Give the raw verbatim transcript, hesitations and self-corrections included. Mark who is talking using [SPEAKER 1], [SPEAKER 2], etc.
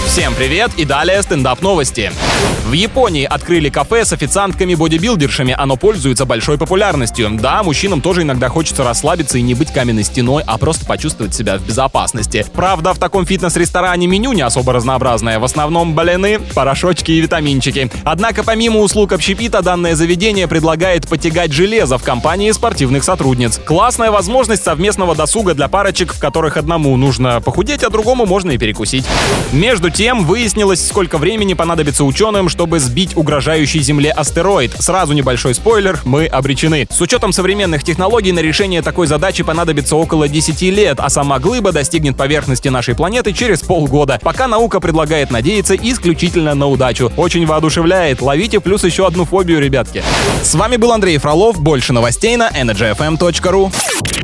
[SPEAKER 1] Всем привет и далее стендап новости. В Японии открыли кафе с официантками-бодибилдершами. Оно пользуется большой популярностью. Да, мужчинам тоже иногда хочется расслабиться и не быть каменной стеной, а просто почувствовать себя в безопасности. Правда, в таком фитнес-ресторане меню не особо разнообразное. В основном блины, порошочки и витаминчики. Однако помимо услуг общепита, данное заведение предлагает потягать железо в компании спортивных сотрудниц. Классная возможность совместного досуга для парочек, в которых одному нужно похудеть, а другому можно и перекусить. Между тем, выяснилось, сколько времени понадобится ученым, чтобы сбить угрожающий Земле астероид. Сразу небольшой спойлер, мы обречены. С учетом современных технологий на решение такой задачи понадобится около десяти лет, а сама глыба достигнет поверхности нашей планеты через полгода. Пока наука предлагает надеяться исключительно на удачу. Очень воодушевляет. Ловите плюс еще одну фобию, ребятки. С вами был Андрей Фролов. Больше новостей на energy f m точка ru.